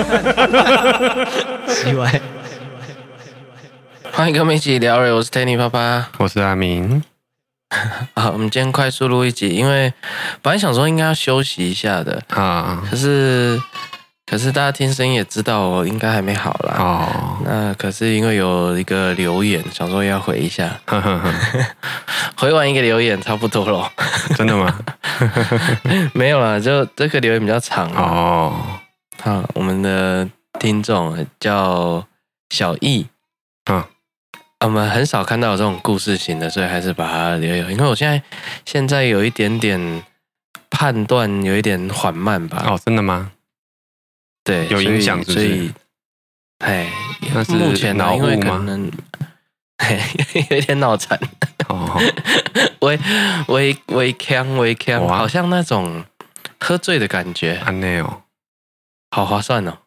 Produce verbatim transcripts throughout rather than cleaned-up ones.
奇怪。 欢迎跟我们一起聊了，我是 Tanny 爸爸， 我是阿明。 好，我们今天快速录一集，因为本来想说应该要休息一下的啊，可是可是大家听声音也知道我应该还没好啦。哦，那可是因为有一个留言，想说要回一下，回完一个留言差不多咯。 真的吗？ 没有啦，就这个留言比较长哦。 好，我们的听众叫小易，嗯。我们很少看到有这种故事型的，所以还是把它留有。因为我现在现在有一点点判断，有一点缓慢吧。 哦，真的吗？ 对， 有影响是不是？ 所以，哎， 那是目前脑雾吗？ 因为可能有点脑残。哦，微微微呛微呛，好像那种喝醉的感觉。 安内哦， 好划算哦，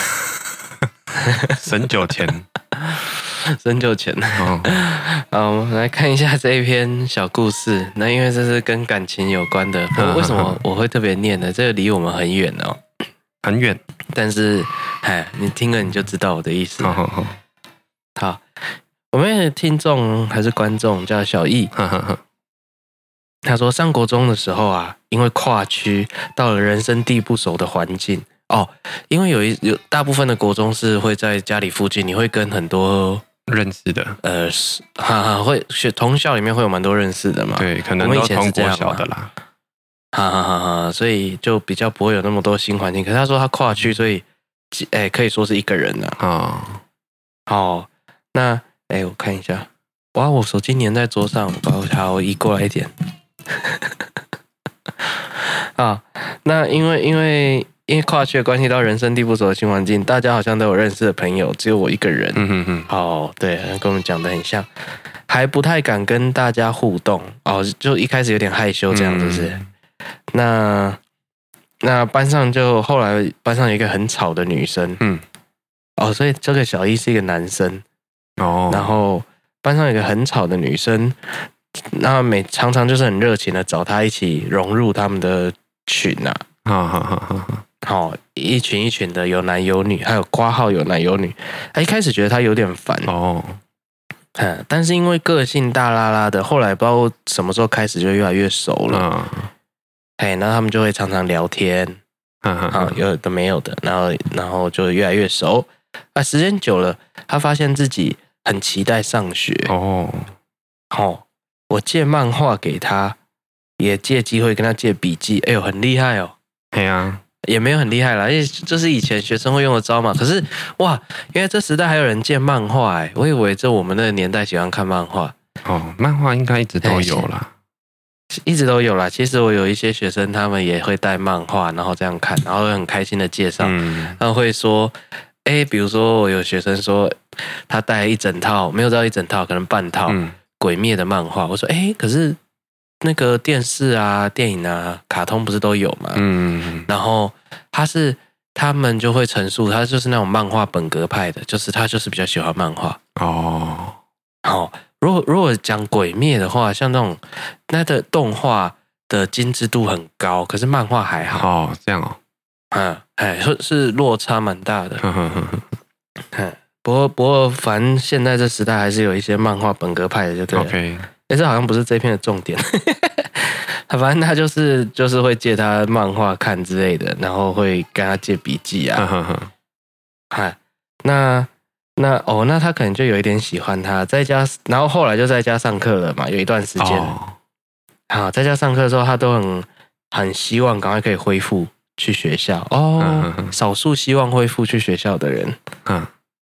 省酒钱。 深究钱。哦，好，我们来看一下这一篇小故事。那因为这是跟感情有关的，为什么我会特别念呢？这个离我们很远哦， 很远。 但是，哎，你听了你就知道我的意思。好好好。好，我们的听众还是观众叫小易。他说，上国中的时候啊，因为跨区到了人生地不熟的环境哦，因为有一有大部分的国中是会在家里附近，你会跟很多认识的， 呃，是哈哈，会学同校里面会有蛮多认识的嘛。 对，可能都同国小的啦。 哈哈哈哈，所以就比较不会有那么多新环境。可是他说他跨区，所以哎、欸，可以说是一个人啊。哦，好，那哎、欸，我看一下，哇，我手机粘在桌上，我把它我移过来一点。啊，那因为因为。因为跨区的关系到人生地不熟的新环境，大家好像都有认识的朋友，只有我一个人。嗯哼哼。哦，对，跟我们讲的很像，还不太敢跟大家互动。哦，就一开始有点害羞这样子是。嗯、那那班上就后来班上有一个很吵的女生。嗯。哦，所以这个小一是一个男生。哦。然后班上有一个很吵的女生，那每常常就是很热情的找她一起融入他们的群啊。好好好好好。好，一群一群的，有男有女，还有括号有男有女。他一开始觉得他有点烦哦，嗯，但是因为个性大拉拉的，后来不知道什么时候开始就越来越熟了。哎、嗯，那他们就会常常聊天，啊，有的没有的，然后然后就越来越熟。啊，时间久了，他发现自己很期待上学哦。好、哦，我借漫画给他，也借机会跟他借笔记。哎呦，很厉害哦。 对啊。 也没有很厉害啦，因为这是以前学生会用的招嘛。可是哇，因为这时代还有人借漫画哎，我以为这我们那个年代喜欢看漫画哦，漫画应该一直都有啦， 一直都有啦。其实我有一些学生，他们也会带漫画，然后这样看，然后很开心的介绍，嗯、他们会说，哎，比如说我有学生说他带一整套，没有到一整套，可能半套《鬼灭》的漫画，我说哎，可是。那个电视啊、电影啊、卡通不是都有吗？嗯，然后他是他们就会陈述，他就是那种漫画本格派的，就是他就是比较喜欢漫画哦。好，如果如果讲鬼灭的话，像那种那的动画的精致度很高，可是漫画还好哦，这样哦， 嗯，哎，是是落差蛮大的。嗯，不过不过，反正现在这时代还是有一些漫画本格派的，就对了。 OK。 但是好像不是这篇的重点，他反正他就是就是会借他漫画看之类的，然后会跟他借笔记啊。嗨，那那哦，那他可能就有一点喜欢他，在家，然后后来就在家上课了嘛，有一段时间。哦、好，在家上课的时候，他都很很希望赶快可以恢复去学校哦，嗯、哼哼少数希望恢复去学校的人。嗯，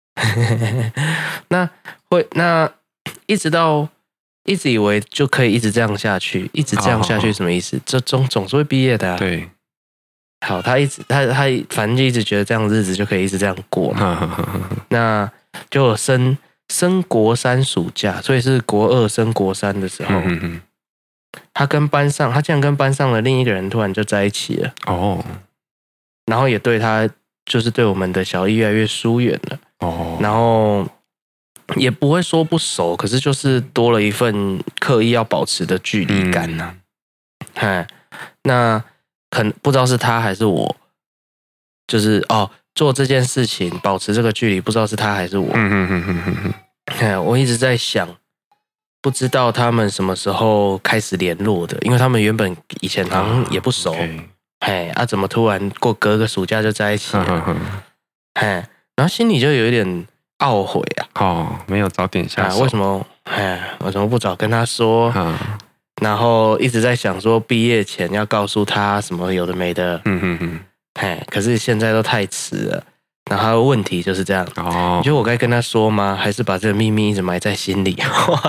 那会那一直到。一直以为就可以一直这样下去，一直这样下去什么意思？这总总是会毕业的啊。 对， 好，他一直他他反正就一直觉得这样日子就可以一直这样过嘛。那就升升国三暑假，所以是国二升国三的时候，嗯、哼哼他跟班上他竟然跟班上的另一个人突然就在一起了哦，然后也对他就是对我们的小一越来越疏远了哦，然后。也不会说不熟，可是就是多了一份刻意要保持的距离感呐、啊。嗯，那可能不知道是他还是我，就是哦， 做这件事情，保持这个距离，不知道是他还是我。 嗯嗯嗯嗯嗯嗯，我一直在想，不知道他们什么时候开始联络的，因为他们原本以前好像也不熟。哎、啊，啊，怎么突然过隔个暑假就在一起了？哎，然后心里就有一点懊悔啊。 哦，没有早点下手。 啊、为什么？哎，为什么不早跟他说？嗯、然后一直在想说，毕业前要告诉他什么有的没的。嗯嗯嗯。哎，可是现在都太迟了。然后他的问题就是这样。哦，你觉得我该跟他说吗？还是把这个秘密一直埋在心里？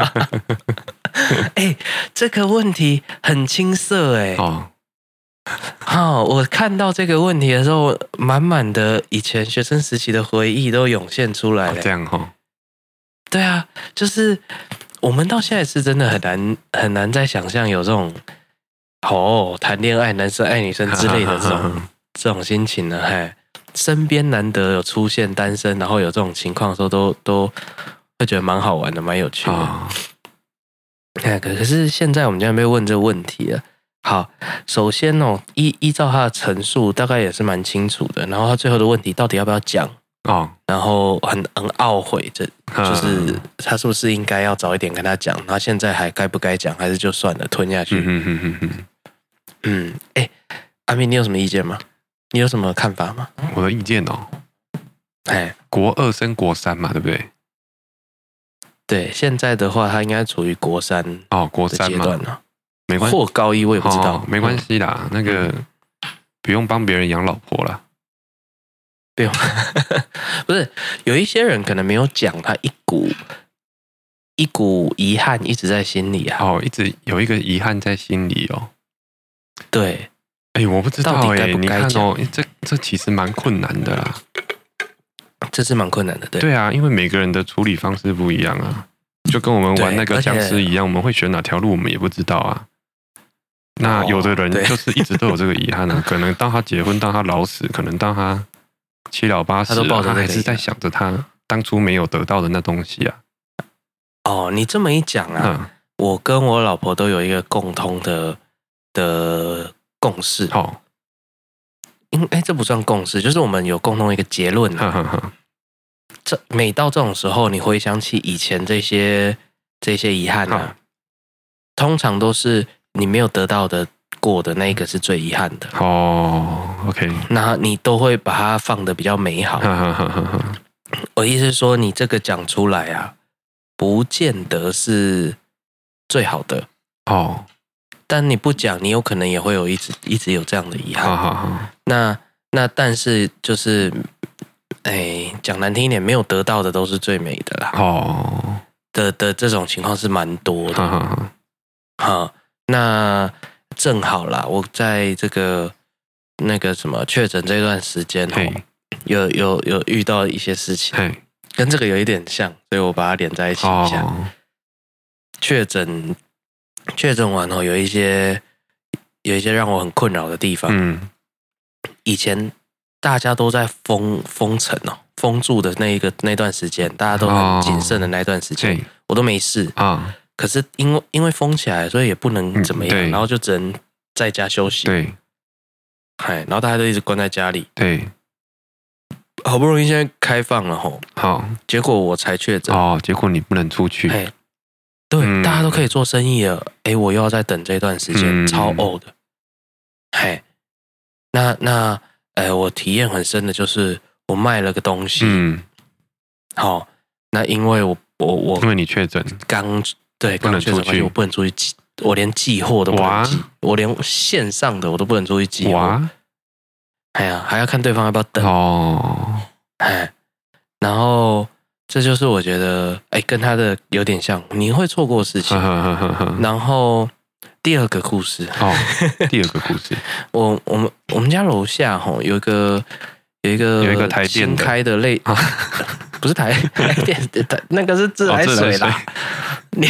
哎，这个问题很青涩哎。哦。好、哦，我看到这个问题的时候，满满的以前学生时期的回忆都涌现出来了。 哦、这样哈、哦。 对啊，就是我们到现在是真的很难很难再想象有这种哦谈恋爱男生爱女生之类的这种这种心情呢。嘿，身边难得有出现单身，然后有这种情况的时候，都都会觉得蛮好玩的，蛮有趣的。哦、可可是现在我们竟然被问这个问题了。好，首先哦，依依照他的陈述，大概也是蛮清楚的。然后他最后的问题到底要不要讲？哦，然后很很懊悔，这就是他是不是应该要早一点跟他讲？他现在还该不该讲？还是就算了，吞下去？嗯嗯嗯嗯嗯。哎，阿明，你有什么意见吗？你有什么看法吗？ 我的意见哦，哎，国二升国三嘛，对不对？ 对，现在的话，他应该处于国三哦，国三阶段了。 没关系， 或高一我也不知道， 哦、没关系啦，嗯、那个不用帮别人养老婆啦。 不用，不是有一些人可能没有讲，他一股一股遗憾一直在心里啊。 哦，一直有一个遗憾在心里哦。 对， 哎、欸，我不知道哎、欸，你看哦，这这其实蛮困难的啦。 这是蛮困难的，对。 对啊，因为每个人的处理方式不一样啊，就跟我们玩那个僵尸一样，我们会选哪条路，我们也不知道啊。那有的人就是一直都有这个遗憾啊，可能到他结婚，到他老死，可能到他七老八十，他, 他还是在想着他当初没有得到的那东西啊。 哦，你这么一讲啊、嗯，我跟我老婆都有一个共通的的共识。哦，因哎，这不算共识，就是我们有共同一个结论、啊。这每到这种时候，你回想起以前这些这些遗憾啊，通常都是。你没有得到的过的那个是最遗憾的哦 ，OK， 那你都会把它放得比较美好。我意思是说，你这个讲出来啊，不见得是最好的哦。但你不讲，你有可能也会有一直一直有这样的遗憾。好好好那那但是就是，哎，讲难听一点，没有得到的都是最美的啦。哦，的的这种情况是蛮多的。好好好。那正好啦，我在这个那个什么确诊这段时间哦，有有有遇到一些事情，跟这个有一点像，所以我把它连在一起一下。确诊确诊完后，有一些有一些让我很困扰的地方。嗯，以前大家都在封封城哦，封住的那一个那段时间，大家都很谨慎的那段时间，我都没事啊。可是因为因为封起来，所以也不能怎么样，嗯、然后就只能在家休息。对，嗨，然后大家都一直关在家里。对，好不容易现在开放了吼，好，结果我才确诊哦，结果你不能出去。 哎，对、嗯，大家都可以做生意了，哎，我又要再等这段时间，嗯、超呕的。嘿，那那呃，我体验很深的就是我卖了个东西，嗯，好，那因为我我我因为你确诊刚。对，刚确诊关系，我不能出去寄，我连寄货都不能寄，我连线上的我都不能出去寄货。哎呀，还要看对方要不要等哦。哎，然后这就是我觉得，哎，跟他的有点像，你会错过事情。然后第二个故事， 哦，第二个故事， 我我们我们家楼下吼有一个有一个有一个台电新开的类。不是台台电，那个是自来水啦。你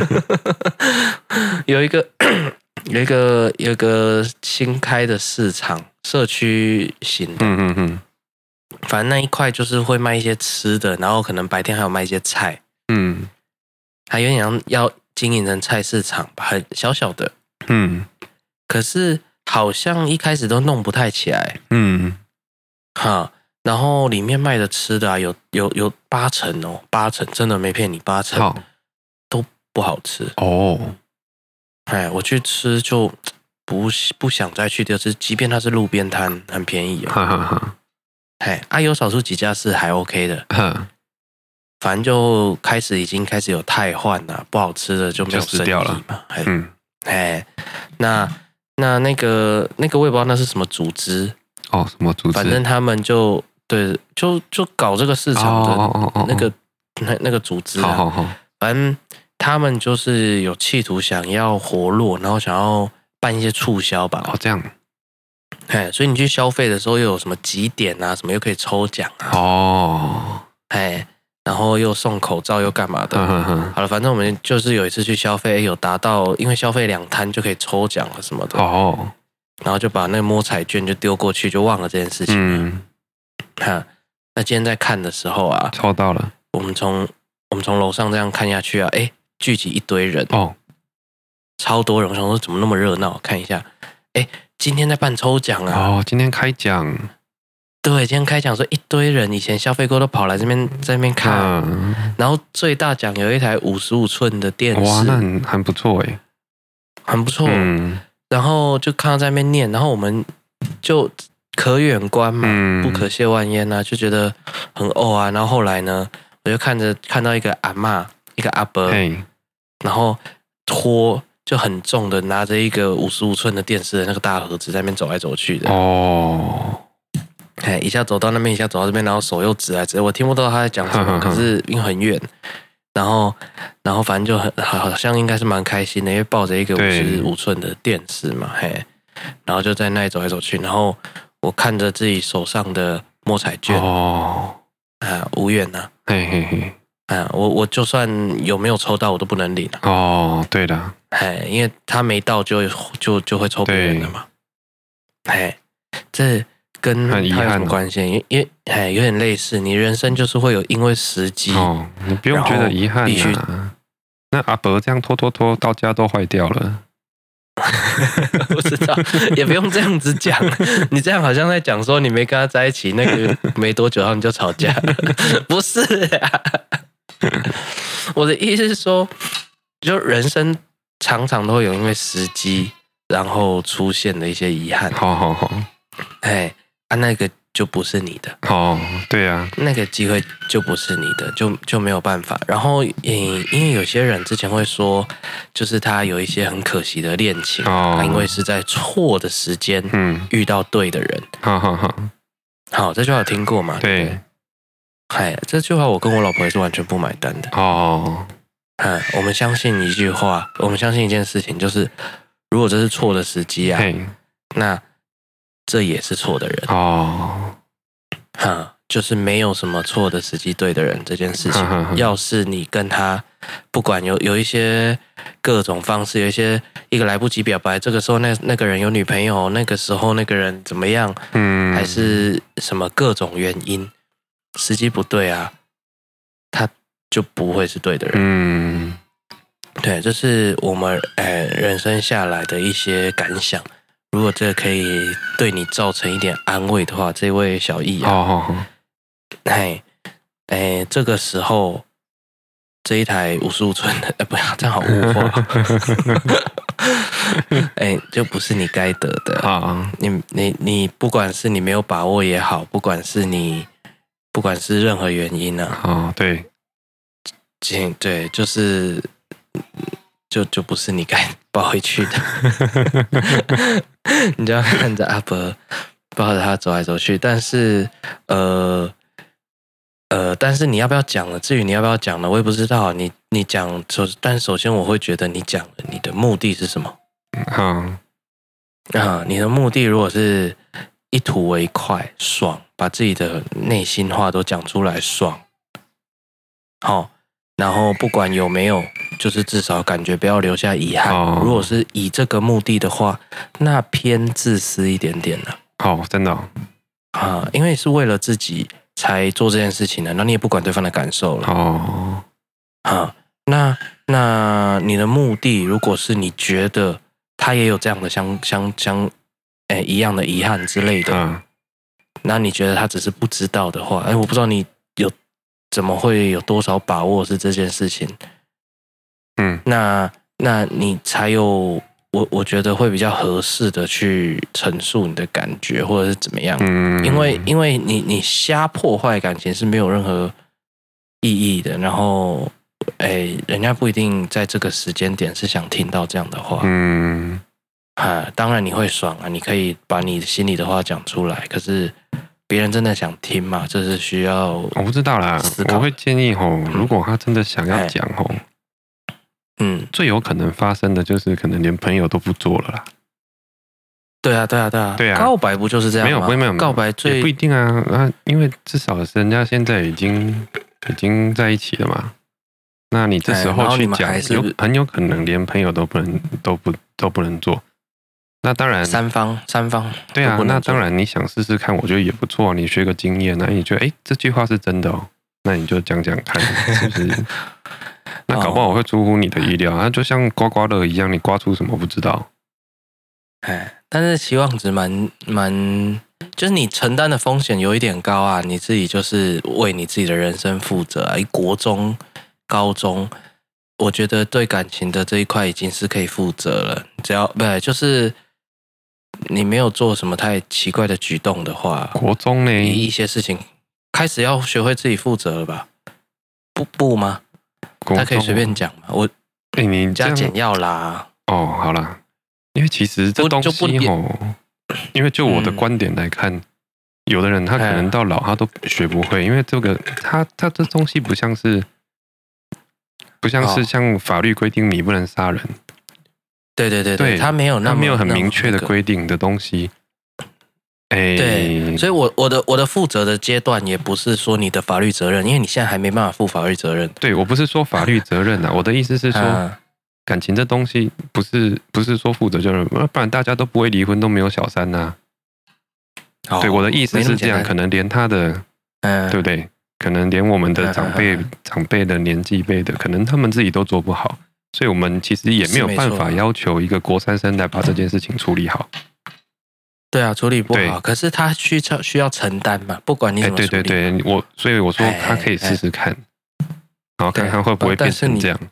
有一个有一个有一个新开的市场，社区型的，嗯嗯嗯，反正那一块就是会卖一些吃的，然后可能白天还有卖一些菜，嗯，还有点像要经营成菜市场吧，很小小的，嗯，可是好像一开始都弄不太起来，嗯，哈。 然后里面卖的吃的啊，有有有八成哦，八成真的没骗你，八成都不好吃哦。 哎，我去吃就不不想再去第二次，即便它是路边摊，很便宜哦。 哈哈哈。 哎，啊，有少数几家是还 OK 的。反正就开始已经开始有汰换了，不好吃的就没有生意嘛。嗯，哎，那那那个那个我也不知道那是什么组织哦，什么组织？ 反正他们就对，就就搞这个市场的那个那那个组织啊。 好好好， 反正他们就是有企图想要活络，然后想要办一些促销吧。 哦，这样。 哎，所以你去消费的时候又有什么集点啊，什么又可以抽奖啊。 哦， 哎。然后又送口罩又干嘛的？好了，反正我们就是有一次去消费，有达到，因为消费两摊就可以抽奖了什么的。哦，然后就把那个摸彩券就丢过去，就忘了这件事情。嗯，哈，那今天在看的时候啊， 抽到了。 我们从我们从楼上这样看下去啊，哎，聚集一堆人哦，超多人。我想说怎么那么热闹？看一下，哎，今天在办抽奖啊！ 哦，今天开奖。 对，今天开奖说一堆人以前消费过都跑来这边在那边看，嗯、然后最大奖有一台五十五寸的电视， 哇，那很很不错哎， 很不错。嗯，然后就看到在那边念，然后我们就可远观嘛，嗯、不可亵玩焉啊，就觉得很哦啊。然后后来呢，我就看着看到一个阿嬷，一个阿伯，然后拖就很重的拿着一个五十五寸的电视的那个大盒子在那边走来走去的哦。哎，一下走到那边，一下走到这边，然后手又指来指，我听不到他在讲什么，可是因为很远，然后，然后反正就很好像应该是蛮开心的，因为抱着一个五十五寸的电视嘛，嘿，然后就在那里走来走去，然后我看着自己手上的摸彩券，哦，啊，无缘呐，嘿嘿嘿，啊，我我就算有没有抽到，我都不能领哦，对的， 哎，因为他没到就就就会抽别人的嘛，哎，这。跟他有什么关系？因因为哎，有点类似，你人生就是会有因为时机哦，你不用觉得遗憾啊。那阿伯这样拖拖拖到家都坏掉了， 不知道，也不用这样子讲。你这样好像在讲说你没跟他在一起，那个没多久然后你就吵架了，不是啊？我的意思是说，就人生常常都会有因为时机然后出现的一些遗憾。 好好好， 哎。啊，那个就不是你的哦，对啊， 那个机会就不是你的，就就没有办法。然后，嗯，因为有些人之前会说，就是他有一些很可惜的恋情，哦，因为是在错的时间，嗯，遇到对的人。好好好，好，这句话有听过吗？ 对， 嗨，这句话我跟我老婆也是完全不买单的。哦，嗯，我们相信一句话，我们相信一件事情，就是如果这是错的时机啊，那。这也是错的人哦，哈，就是没有什么错的时机对的人这件事情。呵呵呵要是你跟他不管有有一些各种方式，有一些一个来不及表白，这个时候那那个人有女朋友，那个时候那个人怎么样，嗯，还是什么各种原因，时机不对啊，他就不会是对的人。嗯，对，这是我们呃人生下来的一些感想。如果这可以对你造成一点安慰的话，这位小易啊，哦哦、哎哎，这个时候这一台五十五寸的，哎，不要这样好物化，哎，就不是你该得的啊！你你你，不管是你没有把握也好，不管是你，不管是任何原因啊， 哦，对， 对，就是。就就不是你该抱回去的，你就要看着阿伯抱着他走来走去。但是，呃呃，但是你要不要讲了？至于你要不要讲了，我也不知道。你你讲首，但首先我会觉得你讲了，你的目的是什么？嗯啊，你的目的如果是一吐为快、爽，把自己的内心话都讲出来，爽，好。然后不管有没有，就是至少感觉不要留下遗憾。哦、如果是以这个目的的话，那偏自私一点点了。 哦，真的、哦、 啊，因为是为了自己才做这件事情的，那你也不管对方的感受了。哦，啊，那那你的目的，如果是你觉得他也有这样的相相相，哎，一样的遗憾之类的，嗯、 那你觉得他只是不知道的话，哎，我不知道你有怎么会有多少把握是这件事情， 嗯， 那那你才有我我觉得会比较合适的去陈述你的感觉或者是怎么样， 嗯， 因为因为你你瞎破坏感情是没有任何意义的，然后哎，人家不一定在这个时间点是想听到这样的话， 嗯， 啊，当然你会爽啊，你可以把你心里的话讲出来，可是别人真的想听嘛，这是需要我不知道啦，我会建议吼，如果他真的想要讲吼。 嗯， 最有可能发生的就是可能连朋友都不做了啦。 对啊，对啊，对啊， 对啊， 告白不就是这样吗？ 没有，没有， 告白最也不一定啊啊，因为至少是人家现在已经已经在一起了嘛。那你这时候去讲，有很有可能连朋友都不能都不都不能做。那当然， 三方三方对啊，那当然你想试试看，我觉得也不错啊。你学个经验，那你觉得哎这句话是真的哦，那你就讲讲看，是不是？那搞不好我会出乎你的意料，那、哦、就像刮刮乐一样，你刮出什么不知道。 哎，但是期望值蛮蛮，就是你承担的风险有一点高啊，你自己就是为你自己的人生负责啊。国中、高中，我觉得对感情的这一块已经是可以负责了，只要不就是你没有做什么太奇怪的举动的话， 国中呢， 一些事情开始要学会自己负责了吧？不不吗？他可以随便讲嘛，我哎、欸，你加减药啦。 哦，好啦，因为其实这东西吼，因为就我的观点来看，嗯、有的人他可能到老他都学不会，因为这个他他这东西不像是不像是像法律规定你不能杀人， 对对对对，他没有那他没有很明确的规定的东西。哎、欸， 对，所以我我的我的负责的阶段也不是说你的法律责任，因为你现在还没办法负法律责任。 对，我不是说法律责任啊，我的意思是说，嗯、感情这东西不是不是说负责就是，不然大家都不会离婚，都没有小三呐、啊。哦、对，我的意思是这样，可能连他的，嗯，对不对？可能连我们的长辈、嗯、长辈的年纪辈的，可能他们自己都做不好，所以我们其实也没有办法要求一个国三生来把这件事情处理好。 对啊，处理不好，可是他需要需要承担嘛，不管你怎么处理。 对对对，我所以我说他可以试试看，然后看看会不会变成这样。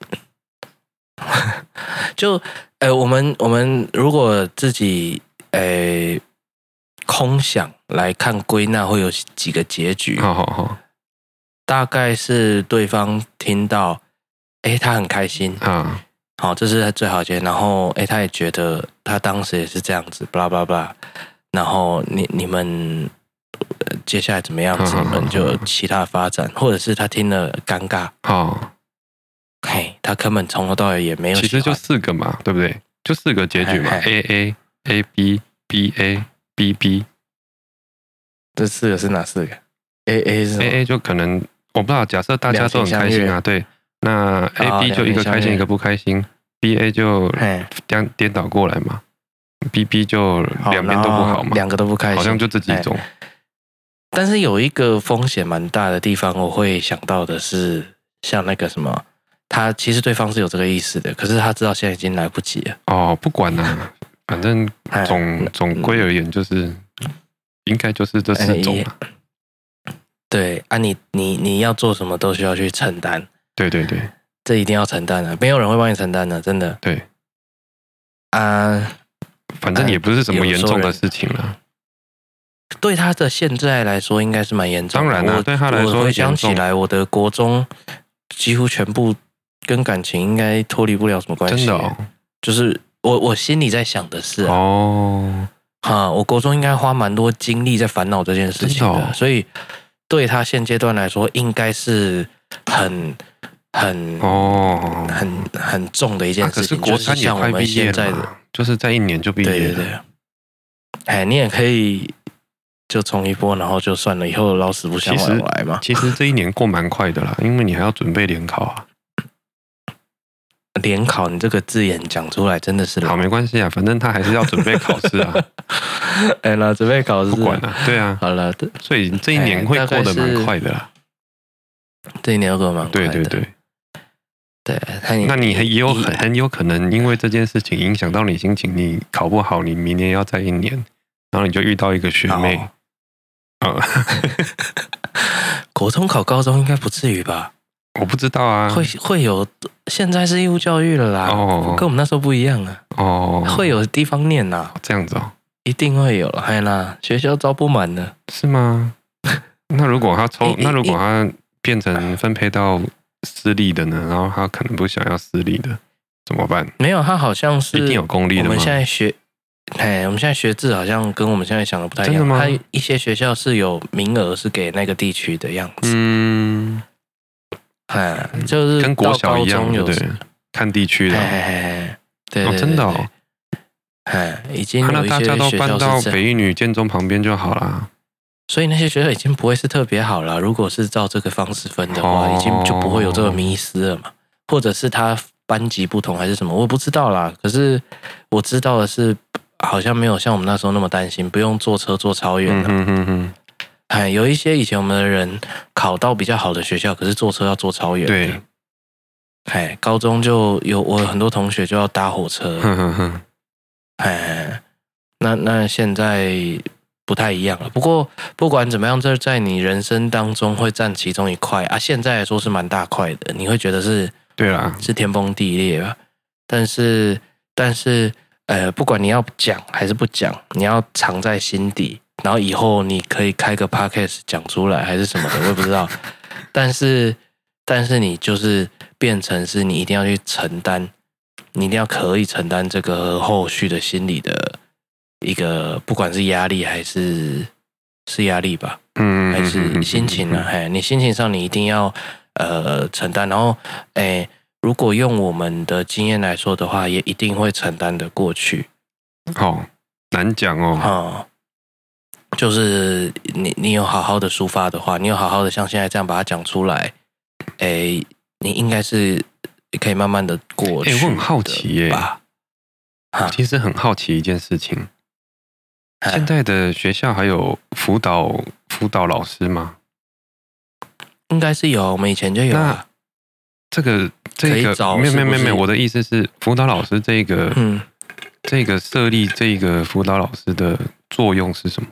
就呃，我们我们如果自己呃空想来看归纳，会有几个结局。 好好好， 大概是对方听到，哎，他很开心啊。好，这是最好的结局。然后，哎，他也觉得他当时也是这样子，巴拉巴拉。然后你你们、呃、接下来怎么样子？你们就其他发展，或者是他听了尴尬。 好， 嘿，他根本从头到尾也没有。 其实就四个嘛，对不对？就四个结局嘛 ，A A A B B A B B。 这四个是哪四个 ？A A 是 A A 就可能我不知道，假设大家都很开心啊，对。那 A B 就一个开心一个不开心 ，B A 就颠颠倒过来嘛 ，B B 就两边都不好嘛， 两个都不开心， 好像就这几种。 但是有一个风险蛮大的地方，我会想到的是，像那个什么，他其实对方是有这个意思的，可是他知道现在已经来不及了。 哦，不管啦，反正总总归而言，就是应该就是这四种嘛。 对啊你，你你你要做什么都需要去承担。 对对对， 这一定要承担的，没有人会帮你承担的，真的。 对， 啊， 反正也不是什么严重的事情了。 对他的现在来说，应该是蛮严重的。 当然了、啊，对他来说， 我回想起来，我的国中几乎全部跟感情应该脱离不了什么关系。 真的哦， 就是我我心里在想的是、啊、 哦， 哈，我国中应该花蛮多精力在烦恼这件事情的，的哦、所以对他现阶段来说，应该是很。很哦， 很很重的一件事情， 啊、可是国三也快毕业了， 的就是在一年就毕业了。 对对对，哎，你也可以就冲一波，然后就算了，以后老死不相往来嘛。 其实这一年过蛮快的啦，因为你还要准备联考啊。 联考，你这个字眼讲出来真的是好，没关系啊，反正他还是要准备考试啊。 哎，那准备考试， 不管了，对啊， 好了， 所以这一年会过得蛮快的啦。 这一年过得蛮快的， 对对对。 对， 那你也有很很有可能因为这件事情影响到你心情，你考不好，你明年要再一年，然后你就遇到一个学妹，哦、 哦， 国中考高中应该不至于吧？ 我不知道啊， 会会有，现在是义务教育了啦，哦，跟我们那时候不一样啊。哦，会有地方念呐， 这样子哦， 一定会有，还啦，学校招不满的， 是吗？那如果他抽，那如果他变成分配到私立的呢？然后他可能不想要私立的，怎么办？ 没有，他好像是一定有公立的吗？ 我们现在学，哎，我们现在学制好像跟我们现在想的不太一样。 真的吗？ 他一些学校是有名额是给那个地区的样子。嗯。哎，就是跟国小一样，对，看地区的， 对， 哦，真的哦， 哎，已经有一些学校是大家都搬到北一女建中旁边就好了， 所以那些学校已经不会是特别好了。如果是照这个方式分的话，哦，已经就不会有这个迷思了嘛，或者是他班级不同还是什么，我不知道啦。可是我知道的是，好像没有像我们那时候那么担心，不用坐车坐超远了。嗯哼哼。哎，有一些以前我们的人考到比较好的学校，可是坐车要坐超远。 对， 哎，高中就有我很多同学就要搭火车。哼哼哼。哎，那那现在不太一样了。不过不管怎么样，这在你人生当中会占其中一块啊。现在来说是蛮大块的，你会觉得是， 对啦， 是天崩地裂吧？但是但是呃，不管你要讲还是不讲，你要藏在心底。然后以后你可以开个 podcast 讲出来还是什么的，我也不知道。但是，但是你就是变成是你一定要去承担，你一定要可以承担这个后续的心理的一个，不管是压力还是是压力吧，嗯，还是心情啊，哎，你心情上你一定要呃承担。然后，哎，如果用我们的经验来说的话，也一定会承担的过去。 哦，难讲哦。 嗯。就是你，你有好好的抒发的话，你有好好的像现在这样把它讲出来，哎，你应该是可以慢慢的过去。 哎，我很好奇耶，其实很好奇一件事情，现在的学校还有辅导辅导老师吗？ 应该是有，我们以前就有啊。 这个这个没有没有没有没有，我的意思是辅导老师这个嗯这个设立这个辅导老师的作用是什么？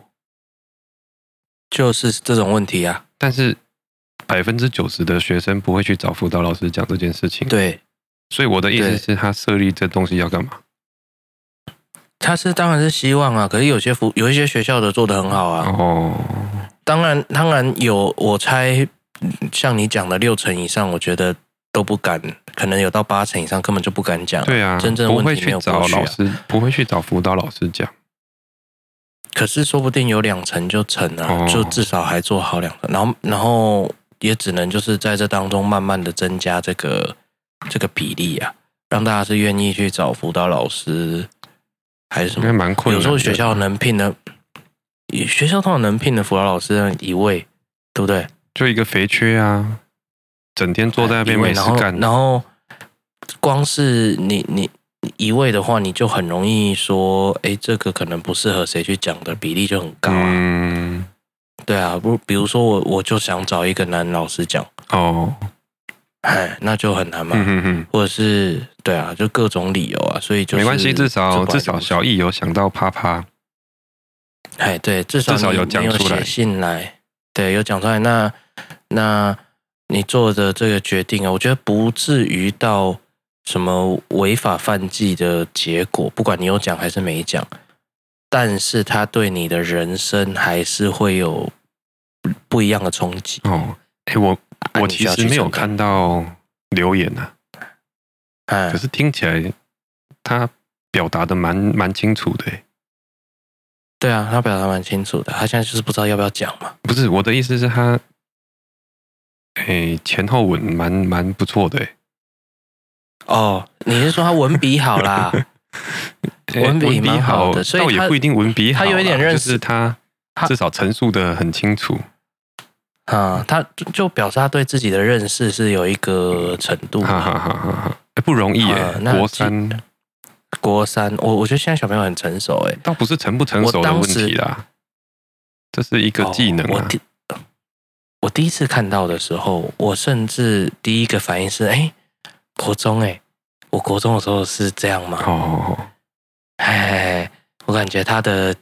就是这种问题啊， 但是百分之九十的学生不会去找辅导老师讲这件事情。 对， 所以我的意思是，他设立这东西要干嘛？ 他是当然是希望啊，可是有些辅有一些学校的做得很好啊。哦，当然当然有，我猜像你讲的六成以上，我觉得都不敢，可能有到八成以上根本就不敢讲。 对啊， 真正的问题没有过去啊，不会去找老师，不会去找辅导老师讲。 可是说不定有两成就成了，哦，就至少还做好两成，然后然后也只能就是在这当中慢慢的增加这个这个比例啊，让大家是愿意去找辅导老师还是什么？ 蛮困难的。 有时候学校能聘的，学校通常能聘的辅导老师一位，对不对？ 就一个肥缺啊，整天坐在那边没事干， 然后光是你你。一位的话，你就很容易说，哎，这个可能不适合谁去讲的比例就很高啊。嗯，对啊，不，比如说我我就想找一个男老师讲，哦，哎，那就很难嘛。嗯哼哼，或者是对啊，就各种理由啊，所以就是没关系，至少至少小易有想到啪啪， 哎，对，至少至少有讲出来， 写信来，对，有讲出来。那那你做的这个决定啊，我觉得不至于到什么违法犯纪的结果，不管你有讲还是没讲，但是它对你的人生还是会有不一样的冲击。 哦，哎，我我其实没有看到留言啊， 哎， 可是听起来他表达的蛮蛮清楚的。 对啊，他表达蛮清楚的，他现在就是不知道要不要讲嘛。 不是，我的意思是他，哎，前后文蛮蛮不错的。 哦，你是说他文笔好啦？文笔蛮好的，所以倒也不一定文笔好， 他有一点认识， 就是他至少陈述的很清楚。 啊，他就表示他对自己的认识是有一个程度， 哈哈哈哈哈，不容易耶。国三， 国三，我我觉得现在小朋友很成熟，哎， 倒不是成不成熟的问题啦，这是一个技能啊。 我第一次看到的时候，我甚至第一个反应是，哎。国中哎、欸，我国中的时候是这样吗？哦，哎，我感觉他的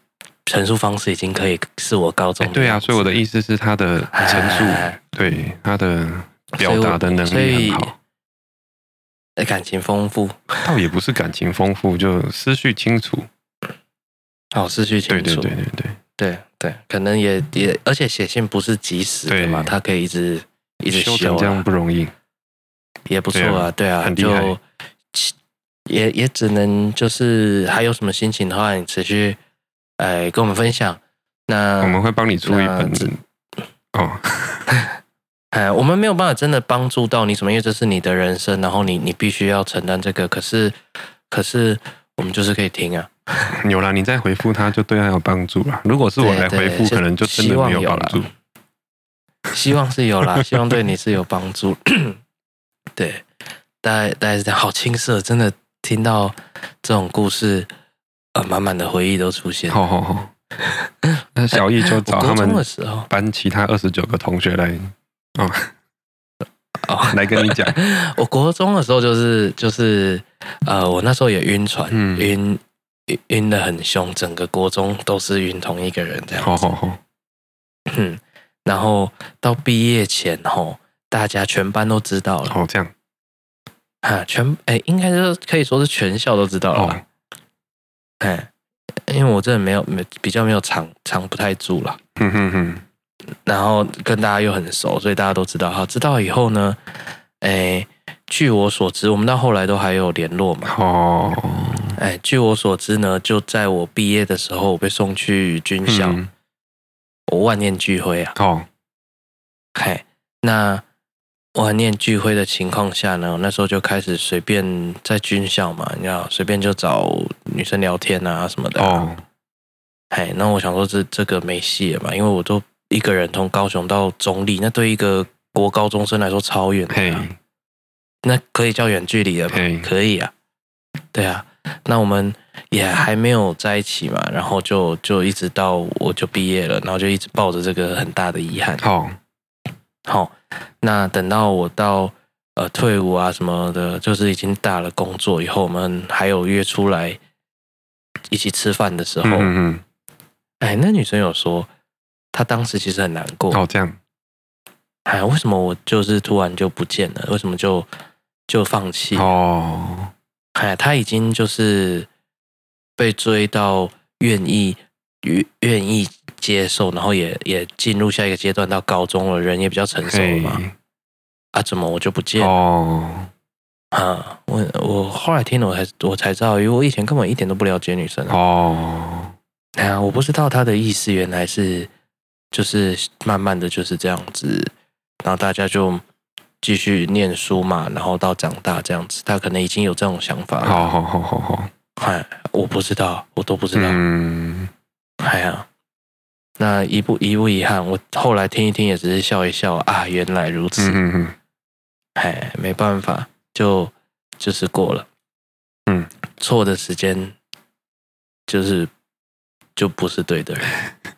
陈述方式已经可以是我高中的、欸。 对啊，所以我的意思是他的陈述，对他的表达的能力很好， 感情丰富， 倒也不是感情丰富，就思绪清楚。 哦，思绪清楚， 对对对对对对对，可能也也，而且写信不是即时的嘛，他可以一直一直修， 修成这样不容易， 也不错啊，对啊， 很厉害。 就也也只能就是还有什么心情的话，你持续哎跟我们分享。那我们会帮你出一本哦。 哎，我们没有办法真的帮助到你什么，因为这是你的人生，然后你你必须要承担这个。可是可是我们就是可以听啊。 有啦，你再回复他就对他有帮助啦。如果是我来回复，可能就真的没有帮助。 希望是有啦，希望对你是有帮助。对，大概大概是这样，好青涩，真的听到这种故事，呃，满满的回忆都出现。 好好好，那小易就找他们班其他二十九个同学来哦哦来跟你讲。 我国中的时候就是就是呃，我那时候也晕船，嗯、晕晕晕得很凶，整个国中都是晕同一个人这样子。 好好好， 嗯，然后到毕业前吼，大家全班都知道了。 哦，这样。 啊，全哎，应该是可以说是全校都知道了吧？哎、哦，因为我真的没有没比较没有藏藏不太住了， 哼哼哼。 然后跟大家又很熟，所以大家都知道。好，知道以后呢，哎，据我所知，我们到后来都还有联络嘛。 哦。 哎，据我所知呢，就在我毕业的时候，我被送去军校，嗯、我万念俱灰啊。 哦。 嘿，那。万念俱灰的情况下呢，那时候就开始随便在军校嘛，你知道，随便就找女生聊天啊什么的、啊。哦，哎，那我想说这这个没戏了嘛，因为我都一个人从高雄到中立，那对一个国高中生来说超远的、啊，那可以叫远距离了嘛？可以啊，对啊，那我们也还没有在一起嘛，然后就就一直到我就毕业了，然后就一直抱着这个很大的遗憾。 好， 好。那等到我到呃退伍啊什么的，就是已经大了工作以后，我们还有约出来一起吃饭的时候，嗯嗯，哎，那女生有说，她当时其实很难过。 哦，这样， 哎，为什么我就是突然就不见了？为什么就就放弃？ 哦， 哎，她已经就是被追到愿意愿愿意接受，然后也也进入下一个阶段，到高中了，人也比较成熟了嘛。啊，怎么我就不见了？哦，啊，我我后来听了，我才我才知道，因为我以前根本一点都不了解女生、啊、哦。哎呀，我不知道她的意思，原来是就是慢慢的就是这样子，然后大家就继续念书嘛，然后到长大这样子，她可能已经有这种想法了。 好好好好好， 哎，我不知道，我都不知道。嗯，哎呀。那遗不遗不遗憾？我后来听一听，也只是笑一笑啊，原来如此。嗯嗯哎，没办法，就就是过了。嗯，错的时间就是就不是对的人。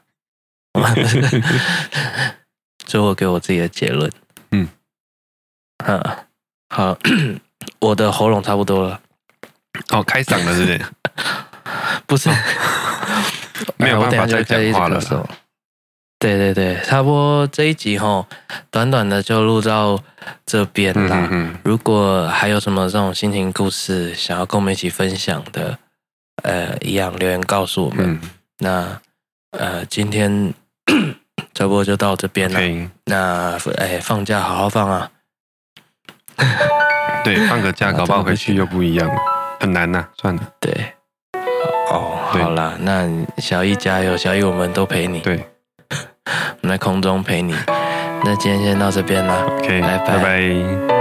最后给我自己的结论。嗯，啊，好，我的喉咙差不多了。 哦，开嗓了，是不是？ 不是。 没有办法再讲话了。 对对对，差不多这一集吼，短短的就录到这边啦。嗯嗯，如果还有什么这种心情故事想要跟我们一起分享的，呃，一样留言告诉我们。嗯、那呃，今天差不多就到这边了。Okay. 那哎，放假好好放啊。 对，放个假，搞不好回去又不一样了，很难呐、啊。算了。 对。哦，好啦，那小易加油，小易我们都陪你。 对， 我们在空中陪你。那今天先到这边啦 ，OK， 拜拜。 拜拜。